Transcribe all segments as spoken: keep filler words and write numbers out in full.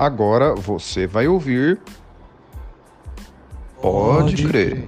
Agora você vai ouvir Pode Crer.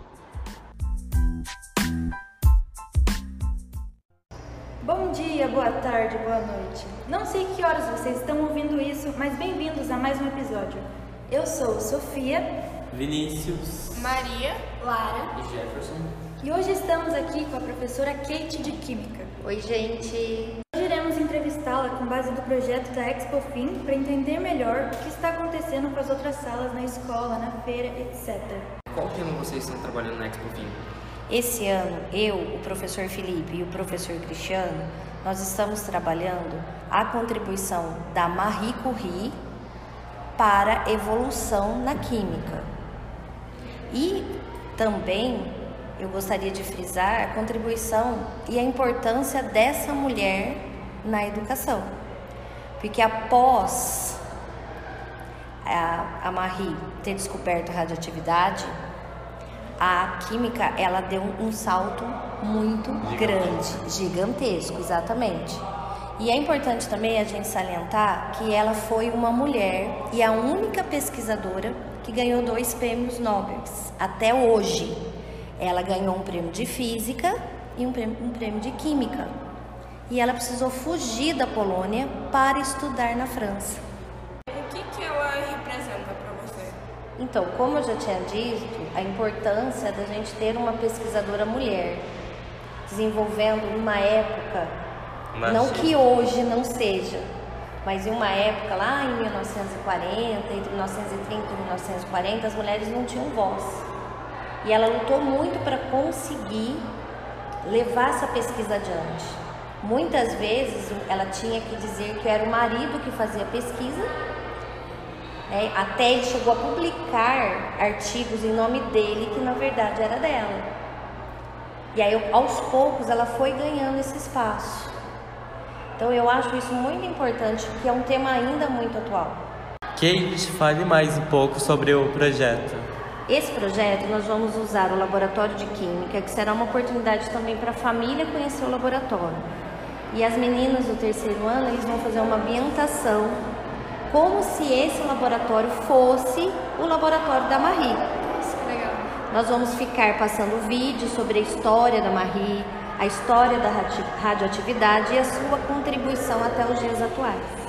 Bom dia, boa tarde, boa noite. Não sei que horas vocês estão ouvindo isso, mas bem-vindos a mais um episódio. Eu sou Sofia, Vinícius, Maria, Lara e Jefferson. E hoje estamos aqui com a professora Kate de Química. Oi, gente! Hoje iremos entrevistá-la com base do projeto da Expofim para entender melhor o que está acontecendo com as outras salas na escola, na feira, etcétera. Qual tema vocês estão trabalhando na Expofim? Esse ano, eu, o professor Felipe e o professor Cristiano, nós estamos trabalhando a contribuição da Marie Curie para a evolução na química. E também eu gostaria de frisar a contribuição e a importância dessa mulher na educação. Porque após a, a Marie ter descoberto a radioatividade, a química ela deu um, um salto muito grande, gigantesco, exatamente. E é importante também a gente salientar que ela foi uma mulher e a única pesquisadora que ganhou dois prêmios Nobel até hoje. Ela ganhou um prêmio de física e um prêmio, um prêmio de química. E ela precisou fugir da Polônia para estudar na França. O que, que ela representa para você? Então, como eu já tinha dito, a importância da gente ter uma pesquisadora mulher, desenvolvendo numa época, mas não que hoje não seja, mas em uma época lá em mil novecentos e quarenta, entre mil novecentos e trinta e mil novecentos e quarenta, as mulheres não tinham voz. E ela lutou muito para conseguir levar essa pesquisa adiante. Muitas vezes ela tinha que dizer que era o marido que fazia a pesquisa, né? Até ele chegou a publicar artigos em nome dele que na verdade era dela. E aí aos poucos ela foi ganhando esse espaço. Então eu acho isso muito importante, porque é um tema ainda muito atual. Kate, fale mais um pouco sobre o projeto. Esse projeto nós vamos usar o laboratório de química, que será uma oportunidade também para a família conhecer o laboratório. E as meninas do terceiro ano, eles vão fazer uma ambientação como se esse laboratório fosse o laboratório da Marie. Isso, que legal. Nós vamos ficar passando vídeos sobre a história da Marie, a história da radioatividade e a sua contribuição até os dias atuais.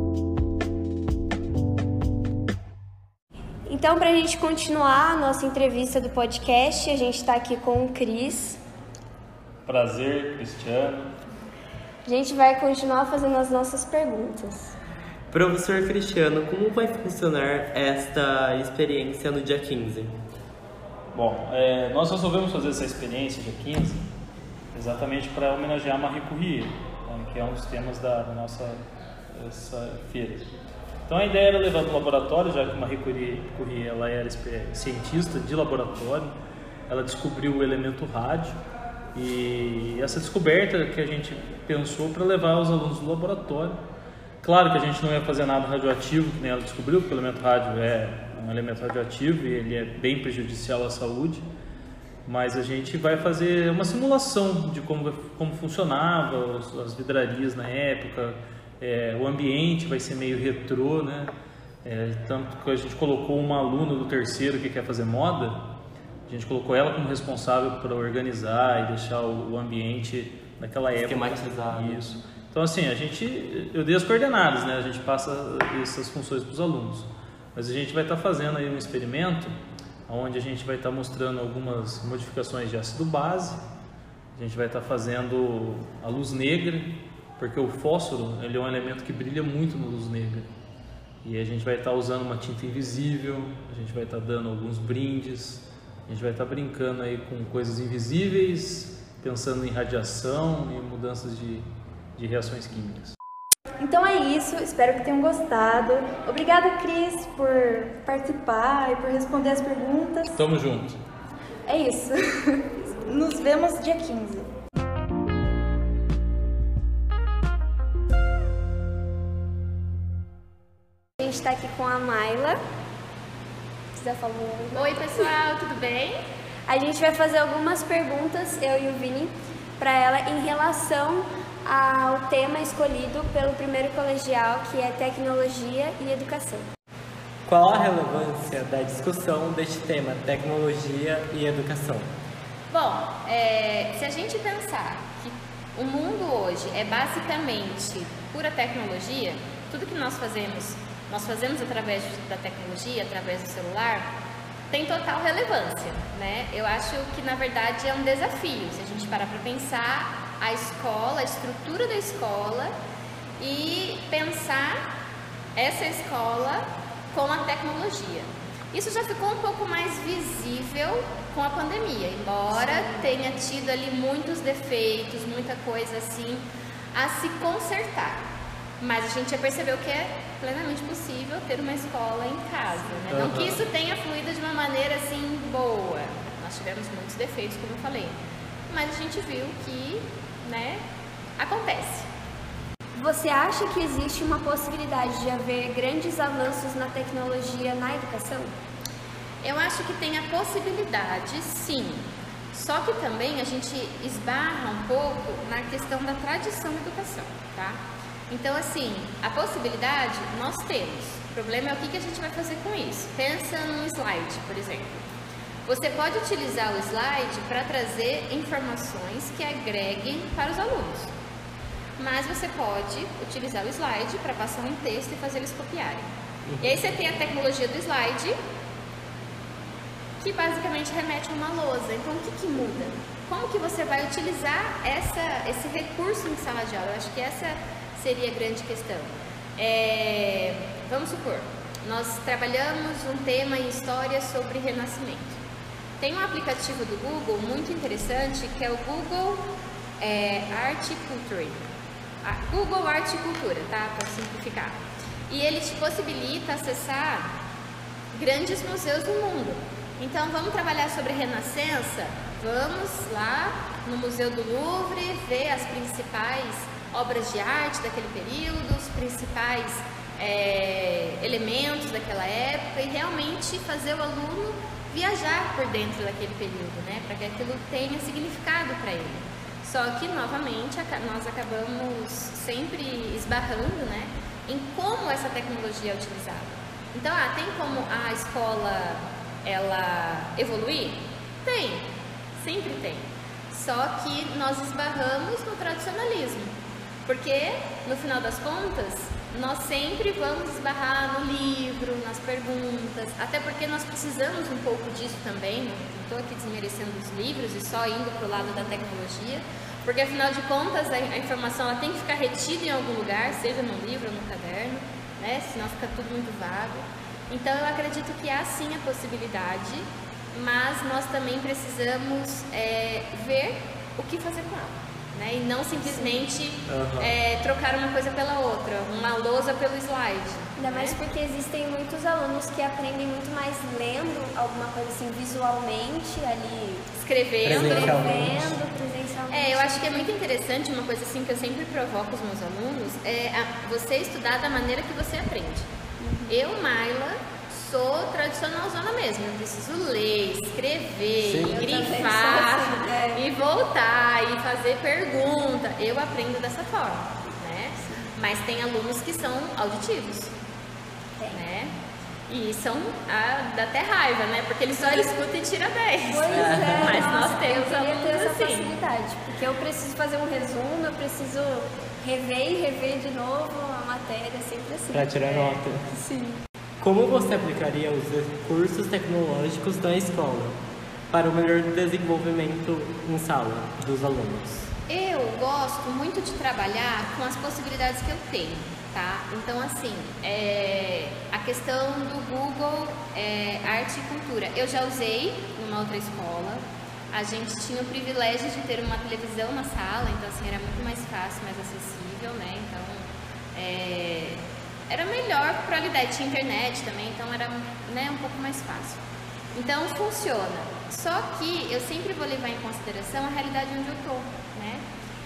Então, para a gente continuar a nossa entrevista do podcast, a gente está aqui com o Cris. Prazer, Cristiano. A gente vai continuar fazendo as nossas perguntas. Professor Cristiano, como vai funcionar esta experiência no dia quinze? Bom, é, nós resolvemos fazer essa experiência dia quinze exatamente para homenagear Marie Curie, né, que é um dos temas da, da nossa essa feira. Então a ideia era levar no laboratório, já que Marie Curie, Curie ela era cientista de laboratório, ela descobriu o elemento rádio e essa descoberta que a gente pensou para levar os alunos do laboratório. Claro que a gente não ia fazer nada radioativo, que nem ela descobriu, porque o elemento rádio é um elemento radioativo e ele é bem prejudicial à saúde, mas a gente vai fazer uma simulação de como, como funcionava as vidrarias na época. É, o ambiente vai ser meio retrô, né? É, tanto que a gente colocou uma aluna do terceiro que quer fazer moda, a gente colocou ela como responsável para organizar e deixar o, o ambiente naquela época. Esquematizado. Isso. Então assim, a gente, eu dei as coordenadas, né? A gente passa essas funções para os alunos, mas a gente vai estar tá fazendo aí um experimento, onde a gente vai estar tá mostrando algumas modificações de ácido base, a gente vai estar tá fazendo a luz negra, porque o fósforo ele é um elemento que brilha muito na luz negra. E a gente vai estar usando uma tinta invisível, a gente vai estar dando alguns brindes, a gente vai estar brincando aí com coisas invisíveis, pensando em radiação e mudanças de, de reações químicas. Então é isso, espero que tenham gostado. Obrigada, Cris, por participar e por responder as perguntas. Tamo junto. É isso. Nos vemos dia quinze. A gente está aqui com a Mayla. Precisa falar um oi? Oi, pessoal, tudo bem? A gente vai fazer algumas perguntas, eu e o Vini, para ela em relação ao tema escolhido pelo primeiro colegial, que é Tecnologia e Educação. Qual a relevância da discussão deste tema, tecnologia e educação? Bom, é, se a gente pensar que o mundo hoje é basicamente pura tecnologia, tudo que nós fazemos, nós fazemos através da tecnologia, através do celular, tem total relevância, né? Eu acho que, na verdade, é um desafio, se a gente parar para pensar a escola, a estrutura da escola e pensar essa escola com a tecnologia. Isso já ficou um pouco mais visível com a pandemia, embora tenha tido ali muitos defeitos, muita coisa assim a se consertar. Mas a gente já percebeu que é plenamente possível ter uma escola em casa, né? Não que isso tenha fluído de uma maneira assim boa. Nós tivemos muitos defeitos, como eu falei. Mas a gente viu que, né, acontece. Você acha que existe uma possibilidade de haver grandes avanços na tecnologia na educação? Eu acho que tem a possibilidade, sim. Só que também a gente esbarra um pouco na questão da tradição da educação, tá? Então, assim, a possibilidade nós temos. O problema é o que a gente vai fazer com isso. Pensa num slide, por exemplo. Você pode utilizar o slide para trazer informações que agreguem para os alunos. Mas você pode utilizar o slide para passar um texto e fazer eles copiarem. Uhum. E aí você tem a tecnologia do slide, que basicamente remete a uma lousa. Então, o que, que muda? Como que você vai utilizar essa, esse recurso em sala de aula? Eu acho que essa seria a grande questão. É, vamos supor, nós trabalhamos um tema em história sobre Renascimento. Tem um aplicativo do Google muito interessante, que é o Google é, Art Culture. Google Arte e Cultura, tá? Para simplificar. E ele te possibilita acessar grandes museus do mundo. Então, vamos trabalhar sobre Renascença? Vamos lá no Museu do Louvre, ver as principais obras de arte daquele período, os principais é, elementos daquela época e realmente fazer o aluno viajar por dentro daquele período, né? Para que aquilo tenha significado para ele. Só que, novamente, nós acabamos sempre esbarrando, né, em como essa tecnologia é utilizada. Então, ah, tem como a escola ela evoluir? Tem, sempre tem. Só que nós esbarramos no tradicionalismo, porque, no final das contas, nós sempre vamos esbarrar no livro, nas perguntas, até porque nós precisamos um pouco disso também. Não estou aqui desmerecendo os livros e só indo para o lado da tecnologia, porque afinal de contas a, a informação ela tem que ficar retida em algum lugar, seja no livro ou no caderno, né? Senão fica tudo muito vago. Então eu acredito que há sim a possibilidade, mas nós também precisamos é, ver o que fazer com ela. Né? E não simplesmente uhum. é, trocar uma coisa pela outra, uma lousa pelo slide. Ainda né? mais porque existem muitos alunos que aprendem muito mais lendo alguma coisa assim visualmente ali, escrevendo, escrevendo presencialmente. É, eu acho que é muito interessante, uma coisa assim que eu sempre provoco os meus alunos, é a, você estudar da maneira que você aprende. Uhum. Eu, Mayla, sou tradicionalzona mesmo, eu preciso ler, escrever, Sim. e grifar, assim, é. e voltar, e fazer pergunta. Eu aprendo dessa forma, né? Mas tem alunos que são auditivos, tem. né? E são, ah, dá até raiva, né? Porque eles só escutam e tiram dez. Pois é, Mas nossa, nós temos eu alunos ter essa assim. facilidade, porque eu preciso fazer um resumo, eu preciso rever e rever de novo a matéria, sempre assim. Pra tirar é. nota. Sim. Como você aplicaria os recursos tecnológicos da escola para o melhor desenvolvimento em sala dos alunos? Eu gosto muito de trabalhar com as possibilidades que eu tenho, tá? Então, assim, é, a questão do Google é, Arte e Cultura, eu já usei numa outra escola. A gente tinha o privilégio de ter uma televisão na sala, então, assim, era muito mais fácil, mais acessível, né? Então, é... era melhor qualidade, tinha internet também, então era, né, um pouco mais fácil. Então funciona, só que eu sempre vou levar em consideração a realidade onde eu tô, né?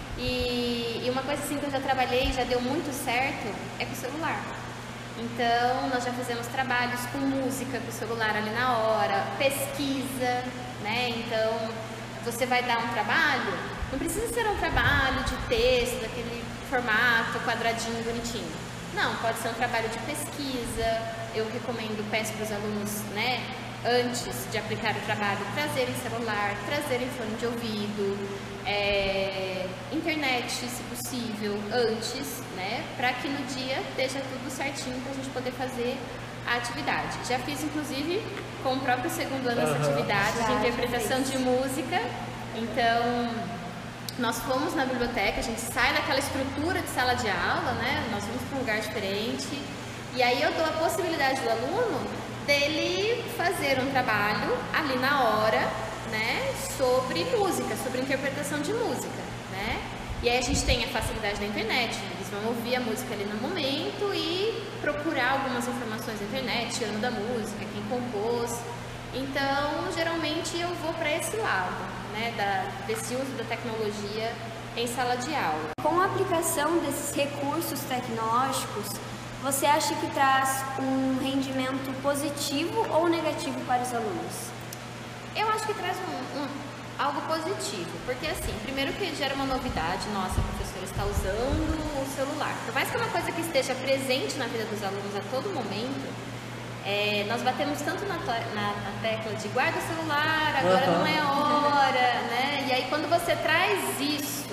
E, e uma coisa assim que eu já trabalhei e já deu muito certo é com o celular. Então nós já fizemos trabalhos com música com o celular ali na hora, pesquisa, né? Então você vai dar um trabalho, não precisa ser um trabalho de texto, daquele formato, quadradinho, bonitinho. Não, pode ser um trabalho de pesquisa. Eu recomendo, peço para os alunos, né, antes de aplicar o trabalho, trazerem celular, trazerem fone de ouvido, é, internet, se possível, antes, né, para que no dia esteja tudo certinho para a gente poder fazer a atividade. Já fiz, inclusive, com o próprio segundo ano, essa atividade de interpretação de música. Então, nós fomos na biblioteca, a gente sai daquela estrutura de sala de aula, né? Nós vamos para um lugar diferente. E aí eu dou a possibilidade do aluno dele fazer um trabalho ali na hora, né? Sobre música, sobre interpretação de música, né? E aí a gente tem a facilidade da internet, eles vão ouvir a música ali no momento e procurar algumas informações na internet, ano da música, quem compôs. Então, geralmente eu vou para esse lado, né, da, desse uso da tecnologia em sala de aula. Com a aplicação desses recursos tecnológicos, você acha que traz um rendimento positivo ou negativo para os alunos? Eu acho que traz um, um, algo positivo, porque assim, primeiro que gera uma novidade, nossa, a professora está usando o celular. Por mais que é uma coisa que esteja presente na vida dos alunos a todo momento, É, nós batemos tanto na, na, na tecla de guarda o celular, agora uhum. não é hora, né? E aí quando você traz isso,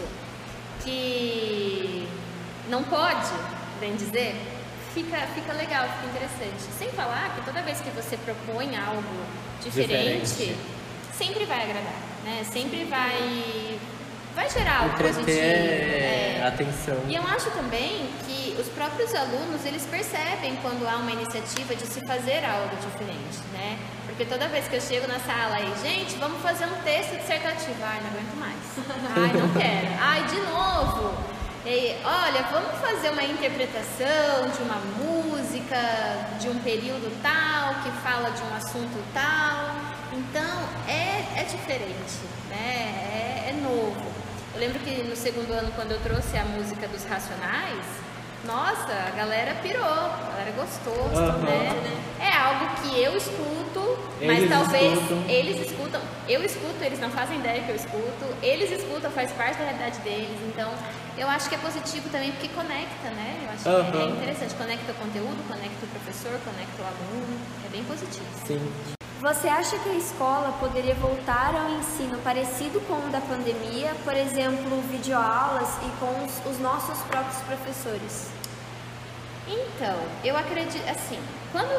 que não pode, bem dizer, fica, fica legal, fica interessante. Sem falar que toda vez que você propõe algo diferente, diferente. sempre vai agradar, né? Sempre vai, vai gerar algo positivo. É, atenção. E eu acho também que os próprios alunos, eles percebem quando há uma iniciativa de se fazer algo diferente, né? Porque toda vez que eu chego na sala e, gente, vamos fazer um texto dissertativo. Ai, não aguento mais. Ai, não quero. Ai, de novo. E, olha, vamos fazer uma interpretação de uma música de um período tal, que fala de um assunto tal. Então, é, é diferente, né? É, é novo. Eu lembro que no segundo ano, quando eu trouxe a música dos Racionais, nossa, a galera pirou, a galera gostou, uhum. né? É algo que eu escuto, eles mas talvez escutam. eles escutam, eu escuto, eles não fazem ideia que eu escuto, eles escutam, faz parte da realidade deles, então eu acho que é positivo também porque conecta, né? Eu acho uhum. que é interessante, conecta o conteúdo, conecta o professor, conecta o aluno, é bem positivo. Sim. Você acha que a escola poderia voltar ao ensino parecido com o da pandemia, por exemplo, videoaulas e com os, os nossos próprios professores? Então, eu acredito, assim, quando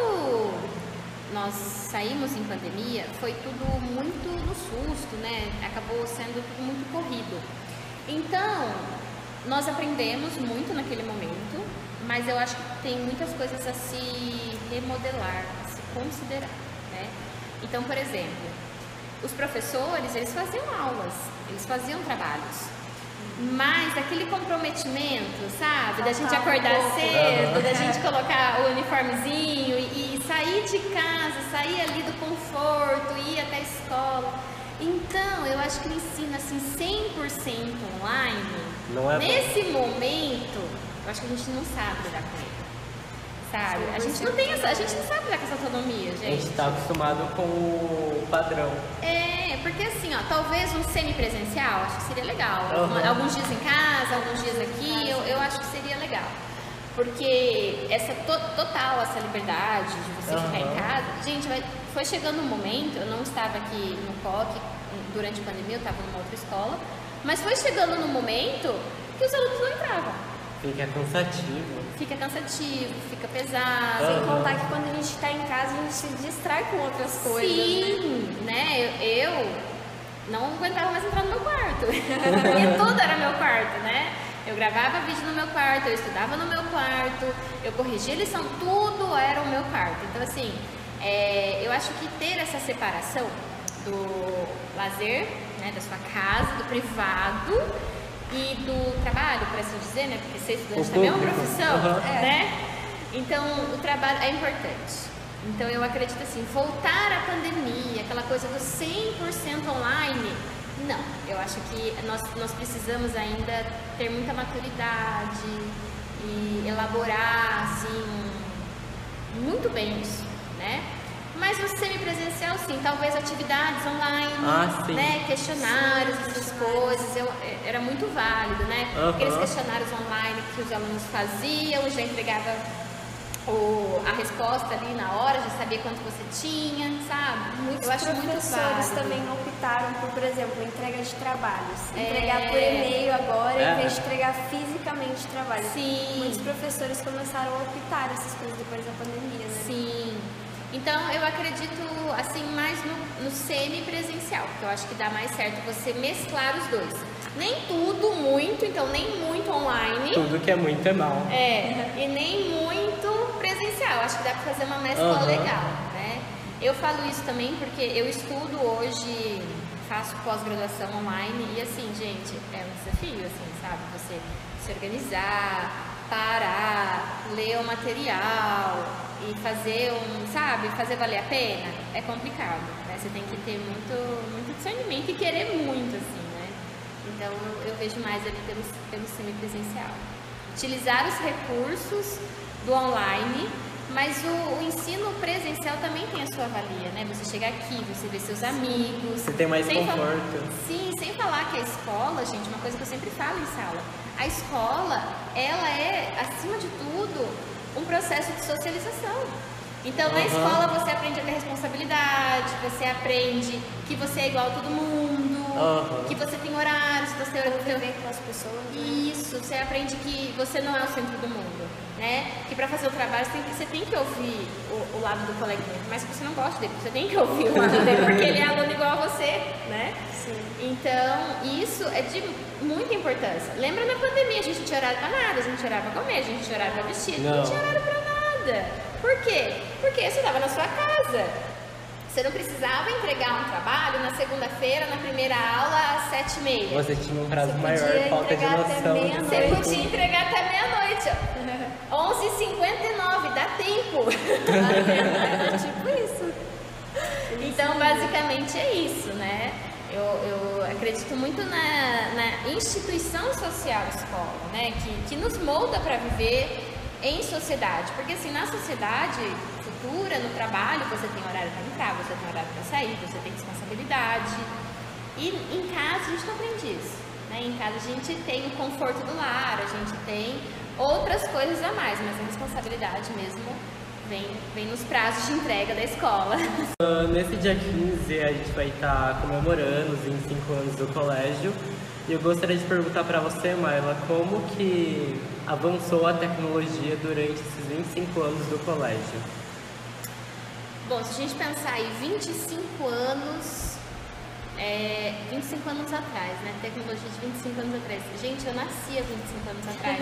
nós saímos em pandemia, foi tudo muito no susto, né? Acabou sendo tudo muito corrido. Então, nós aprendemos muito naquele momento, mas eu acho que tem muitas coisas a se remodelar, a se considerar, né? Então, por exemplo, os professores, eles faziam aulas, eles faziam trabalhos, mas aquele comprometimento, sabe, da gente acordar cedo, da gente colocar o uniformezinho e, e sair de casa, sair ali do conforto, ir até a escola. Então, eu acho que o ensino, assim, cem por cento online, não é nesse bom. momento, eu acho que a gente não sabe lidar com ele. Sabe? A gente não tem essa, a gente não sabe lidar com essa autonomia, gente. A gente está acostumado com o padrão. É, porque assim, ó, talvez um semipresencial, acho que seria legal. Uhum. Alguns dias em casa, alguns dias aqui, eu, eu acho que seria legal. Porque essa to, total, essa liberdade de você uhum. ficar em casa, gente, vai, foi chegando um momento, eu não estava aqui no C O C durante a pandemia, eu estava numa outra escola, mas foi chegando no momento que os alunos não entravam. Fica cansativo. Fica cansativo, fica pesado. Sem contar que quando a gente está em casa, a gente se distrai com outras coisas. Sim, né? né? Eu, eu não aguentava mais entrar no meu quarto. Porque tudo era meu quarto, né? Eu gravava vídeo no meu quarto, eu estudava no meu quarto, eu corrigia lição, tudo era o meu quarto. Então, assim, é, eu acho que ter essa separação do lazer, né, da sua casa, do privado e do trabalho, por assim dizer, né? Porque ser estudante também é uma profissão, uhum. né? Então, o trabalho é importante. Então, eu acredito assim, voltar à pandemia, aquela coisa do cem por cento online, não. Eu acho que nós, nós precisamos ainda ter muita maturidade e elaborar, assim, muito bem isso, né? Mas no semipresencial, sim, talvez atividades online, Ah, sim. né, questionários, essas coisas, eu, era muito válido, né? Aham. Aqueles questionários online que os alunos faziam, já entregava o, a resposta ali na hora, já sabia quanto você tinha, sabe? Muitos eu acho muito professores válido. também optaram por, por exemplo, entrega de trabalhos. É. Entregar por e-mail agora, É. em vez de entregar fisicamente trabalhos. Sim. Muitos professores começaram a optar essas coisas depois da pandemia, né? Sim. Então eu acredito assim mais no, no semipresencial, porque eu acho que dá mais certo você mesclar os dois. Nem tudo muito, então nem muito online. Tudo que é muito é mal. É, e nem muito presencial. Acho que dá pra fazer uma mescla Aham. legal, né? Eu falo isso também porque eu estudo hoje, faço pós-graduação online e assim, gente, é um desafio, assim, sabe? Você se organizar, parar, ler o material e fazer um, sabe, fazer valer a pena, é complicado, né? Você tem que ter muito, muito discernimento e querer muito, assim, né? Então eu, eu vejo mais ali pelo, pelo semipresencial. Utilizar os recursos do online, mas o, o ensino presencial também tem a sua valia, né? Você chega aqui, você vê seus amigos. Você tem mais sem conforto. Falar, sim, sem falar que a escola, gente, uma coisa que eu sempre falo em sala, a escola, ela é, acima de tudo, um processo de socialização. Então, na Uhum. escola você aprende a ter responsabilidade, você aprende que você é igual a todo mundo, Uhum. que você tem horários, você tem horário Conviver com as pessoas, né? Isso, você aprende que você não é o centro do mundo, né? Que para fazer o trabalho você tem que, você tem que ouvir o, o lado do coleguinha, mas que você não gosta dele, você tem que ouvir o lado dele, porque ele é aluno igual a você, né? Sim. Então, isso é de muita importância. Lembra na pandemia, a gente não tinha horário pra nada, a gente não tinha horário pra comer, a gente não tinha horário pra vestir, não, Não. não tinha horário pra nada. Por quê? Porque você estava na sua casa. Você não precisava entregar um trabalho na segunda-feira, na primeira aula, às sete e meia. Você tinha um prazo Você maior, podia falta de entregar até noção. meia-noite. Você Tempo. podia entregar até meia-noite, ó. onze e cinquenta e nove, dá tempo. É tipo isso. Então, basicamente é isso, né? Eu, eu acredito muito na, na instituição social escola, né? Que, que nos molda para viver em sociedade. Porque, assim, na sociedade futura, no trabalho, você tem horário para entrar, você tem horário para sair, você tem responsabilidade. E em casa a gente não aprende isso, né? Em casa a gente tem o conforto do lar, a gente tem outras coisas a mais, mas a responsabilidade mesmo vem, vem nos prazos de entrega da escola. Uh, nesse dia quinze a gente vai estar comemorando os vinte e cinco anos do colégio. E eu gostaria de perguntar para você, Mayla, como que avançou a tecnologia durante esses vinte e cinco anos do colégio? Bom, se a gente pensar aí vinte e cinco anos, é, vinte e cinco anos atrás, né? Tecnologia de vinte e cinco anos atrás. Gente, eu nasci há vinte e cinco anos atrás.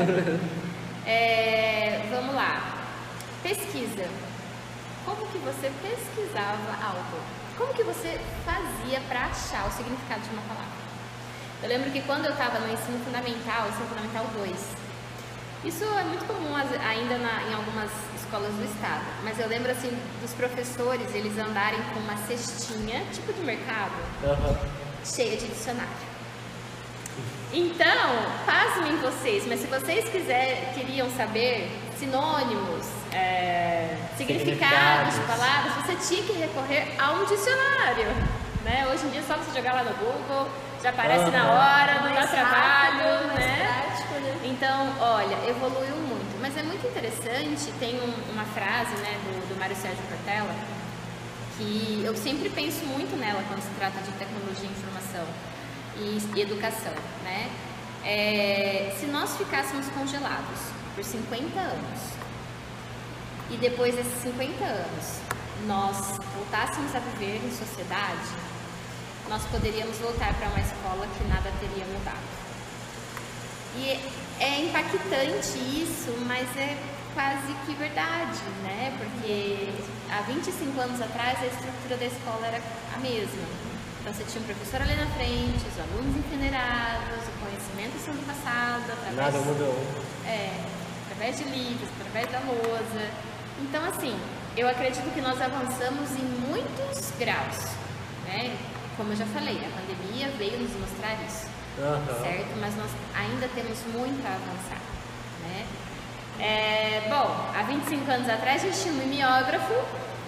é, vamos lá. Pesquisa. Como que você pesquisava algo? Como que você fazia para achar o significado de uma palavra? Eu lembro que quando eu estava no ensino fundamental, ensino fundamental dois, isso é muito comum ainda na, em algumas escolas do estado, mas eu lembro assim dos professores, eles andarem com uma cestinha, tipo de mercado, Uhum. cheia de dicionário. Então, pasmem vocês, mas se vocês quiser, queriam saber sinônimos, é, significados de palavras, você tinha que recorrer a um dicionário, né? Hoje em dia é só você jogar lá no Google, já aparece Uhum. na hora, não dá Mais trabalho, rápido, mais né? prático, né? Então, olha, evoluiu muito, mas é muito interessante, tem um- uma frase, né, do, do Mário Sérgio Cortella, que eu sempre penso muito nela quando se trata de tecnologia e informação e, e educação, né? É, se nós ficássemos congelados por cinquenta anos e depois desses cinquenta anos nós voltássemos a viver em sociedade, nós poderíamos voltar para uma escola que nada teria mudado. E é impactante isso, mas é quase que verdade, né? Porque há vinte e cinco anos atrás a estrutura da escola era a mesma. Então você tinha um professor ali na frente, os alunos enfileirados, o conhecimento sendo passado através, Nada mudou. é, através de livros, através da lousa. Então, assim, eu acredito que nós avançamos em muitos graus, né? Como eu já falei, a pandemia veio nos mostrar isso. Uhum. Certo? Mas nós ainda temos muito a avançar, né? É, bom, há vinte e cinco anos atrás a gente tinha um mimeógrafo.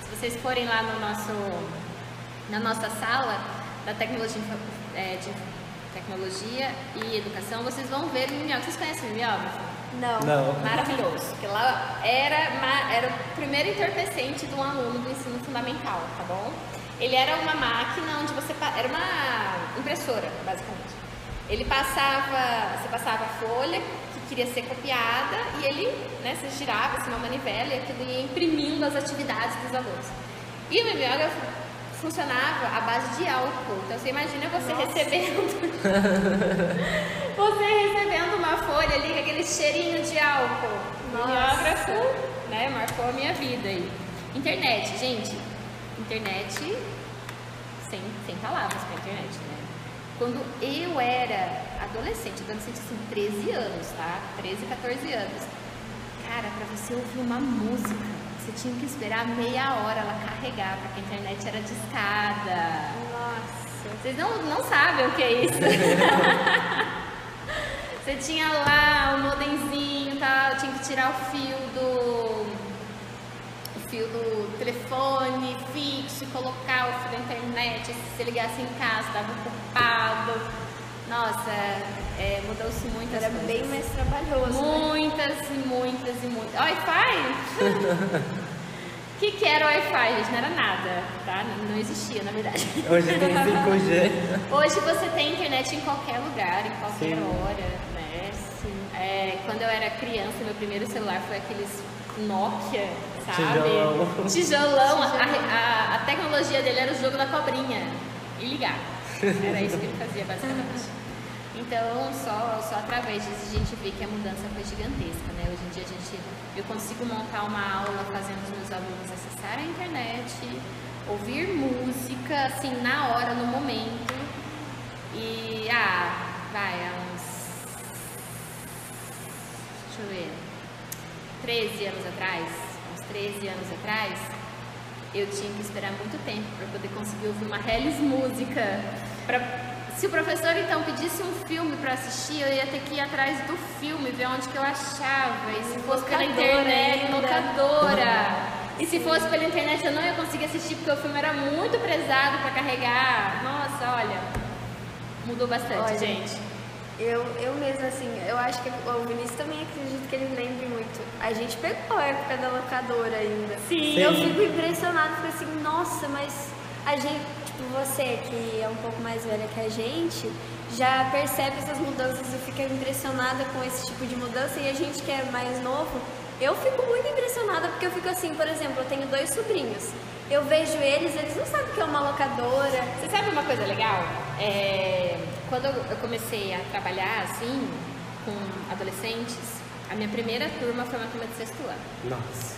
Se vocês forem lá no nosso, na nossa sala da tecnologia, é, de tecnologia e educação, vocês vão ver o mimeógrafo. Vocês conhecem o mimeógrafo? Não. Não. Maravilhoso. Porque lá era, uma, era o primeiro entorpecente de um aluno do ensino fundamental, tá bom? Ele era uma máquina onde você... Era uma impressora, basicamente. Ele passava... Você passava a folha que queria ser copiada e ele, né, você girava assim, uma manivela e aquilo ia imprimindo as atividades dos alunos. E o mimeógrafo funcionava à base de álcool. Então você imagina você Nossa. recebendo... você recebendo uma folha ali com aquele cheirinho de álcool. O mimeógrafo, né, marcou a minha vida aí. Internet, gente. Internet, sem, sem palavras pra internet, né? Quando eu era adolescente, adolescente assim, treze anos, tá? treze, quatorze anos. Cara, pra você ouvir uma música, você tinha que esperar meia hora ela carregar, porque a internet era discada. Nossa, vocês não, não sabem o que é isso. Você tinha lá o modemzinho e tal, tinha que tirar o fio do... fio do telefone fixo, colocar o fio da internet, se você ligasse em casa, estava ocupado. Nossa, é, mudou-se muitas Era coisas. bem mais trabalhoso. Muitas né? e muitas e muitas. Wi-Fi? O que, que era o Wi-Fi, gente? Não era nada, tá? Não, não existia, na verdade. Hoje tem cinco G. Hoje você tem internet em qualquer lugar, em qualquer Sim. hora, né? Sim. É, quando eu era criança, meu primeiro celular foi aqueles Nokia, sabe? Tijolão. Tijolão. A, a, a tecnologia dele era o jogo da cobrinha e ligar. Era isso que ele fazia, basicamente. Então, só, só através disso a gente vê que a mudança foi gigantesca, né? Hoje em dia a gente, eu consigo montar uma aula fazendo os meus alunos acessarem a internet, ouvir música, assim, na hora, no momento. E, ah, vai, há uns... Deixa eu ver... treze anos atrás, uns treze anos atrás, eu tinha que esperar muito tempo para poder conseguir ouvir uma Hellis música. Pra... Se o professor então pedisse um filme para assistir, eu ia ter que ir atrás do filme, ver onde que eu achava. E se fosse pela internet, ainda. locadora. E se fosse pela internet eu não ia conseguir assistir porque o filme era muito pesado para carregar. Nossa, olha, mudou bastante, olha, gente. Eu, eu mesmo, assim, eu acho que o Vinícius também acredito que ele lembre muito. A gente pegou a época da locadora ainda. Sim. Eu fico impressionada, fico assim, nossa, mas a gente, tipo, você que é um pouco mais velha que a gente, já percebe essas mudanças e fica impressionada com esse tipo de mudança. E a gente que é mais novo, eu fico muito impressionada porque eu fico assim, por exemplo, eu tenho dois sobrinhos. Eu vejo eles, eles não sabem o que é uma locadora. Você sabe uma coisa legal? É, quando eu comecei a trabalhar assim, com adolescentes, a minha primeira turma foi uma turma de sexto ano. Nossa.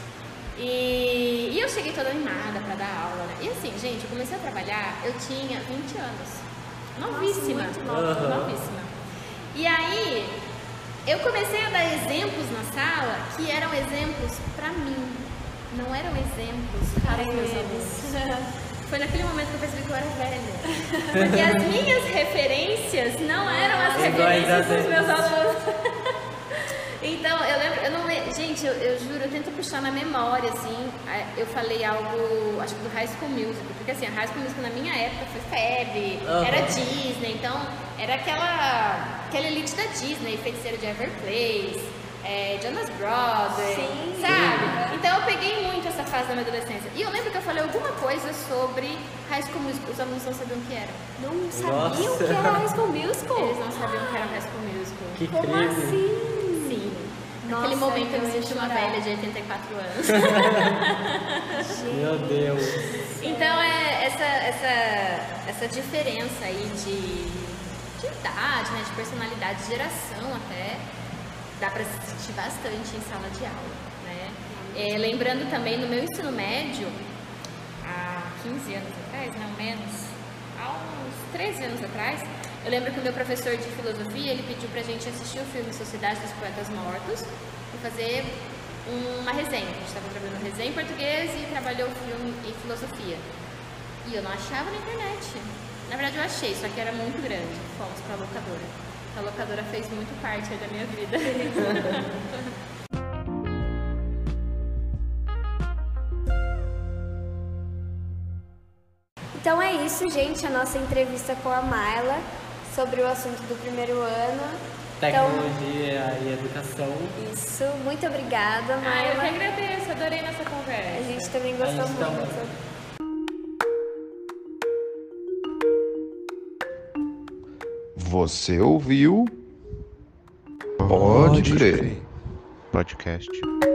E, e eu cheguei toda animada pra dar aula, né? E assim, gente, eu comecei a trabalhar, eu tinha vinte anos. Novíssima. Nossa, muito nova. Uhum. Novíssima. E aí, eu comecei a dar exemplos na sala que eram exemplos pra mim. Não eram exemplos para os meus alunos. Foi naquele momento que eu percebi que eu era velha. Porque as minhas referências não eram as referências dos meus alunos. Então, eu lembro, eu não lembro, gente, eu, eu juro, eu tento puxar na memória, assim, eu falei algo, acho que do High School Musical, porque assim, a High School Musical na minha época foi febre, uhum. Era Disney, então, era aquela, aquela elite da Disney, Feiticeiro de Everplace, é, Jonas Brothers, Sim. sabe? Então eu peguei muito essa fase da minha adolescência. E eu lembro que eu falei alguma coisa sobre High School Musical, os alunos não sabiam o que era. Não sabiam o Nossa. que era High School Musical? Eles não sabiam o que era High School Musical. Que Como crime. assim? Sim. Nossa, Naquele momento eu eu me ia senti uma chorar. velha de oitenta e quatro anos. Meu Deus. Então é essa, essa, essa diferença aí de, de idade, né, de personalidade, de geração até, dá pra se sentir bastante em sala de aula, né? É, lembrando também no meu ensino médio, há quinze anos atrás, não menos, há uns treze anos atrás, eu lembro que o meu professor de filosofia, ele pediu pra gente assistir o filme Sociedade dos Poetas Mortos e fazer uma resenha. A gente estava trabalhando resenha em português e trabalhou o filme em filosofia. E eu não achava na internet. Na verdade eu achei, só que era muito grande. Fomos pra locadora. A locadora fez muito parte aí da minha vida. isso, gente, a nossa entrevista com a Mayla sobre o assunto do primeiro ano. Tecnologia então, e educação. Isso, muito obrigada, Mayla. Ah, eu que agradeço, adorei nossa conversa. A gente também gostou gente muito. também. Você ouviu? Pode crer. Podcast.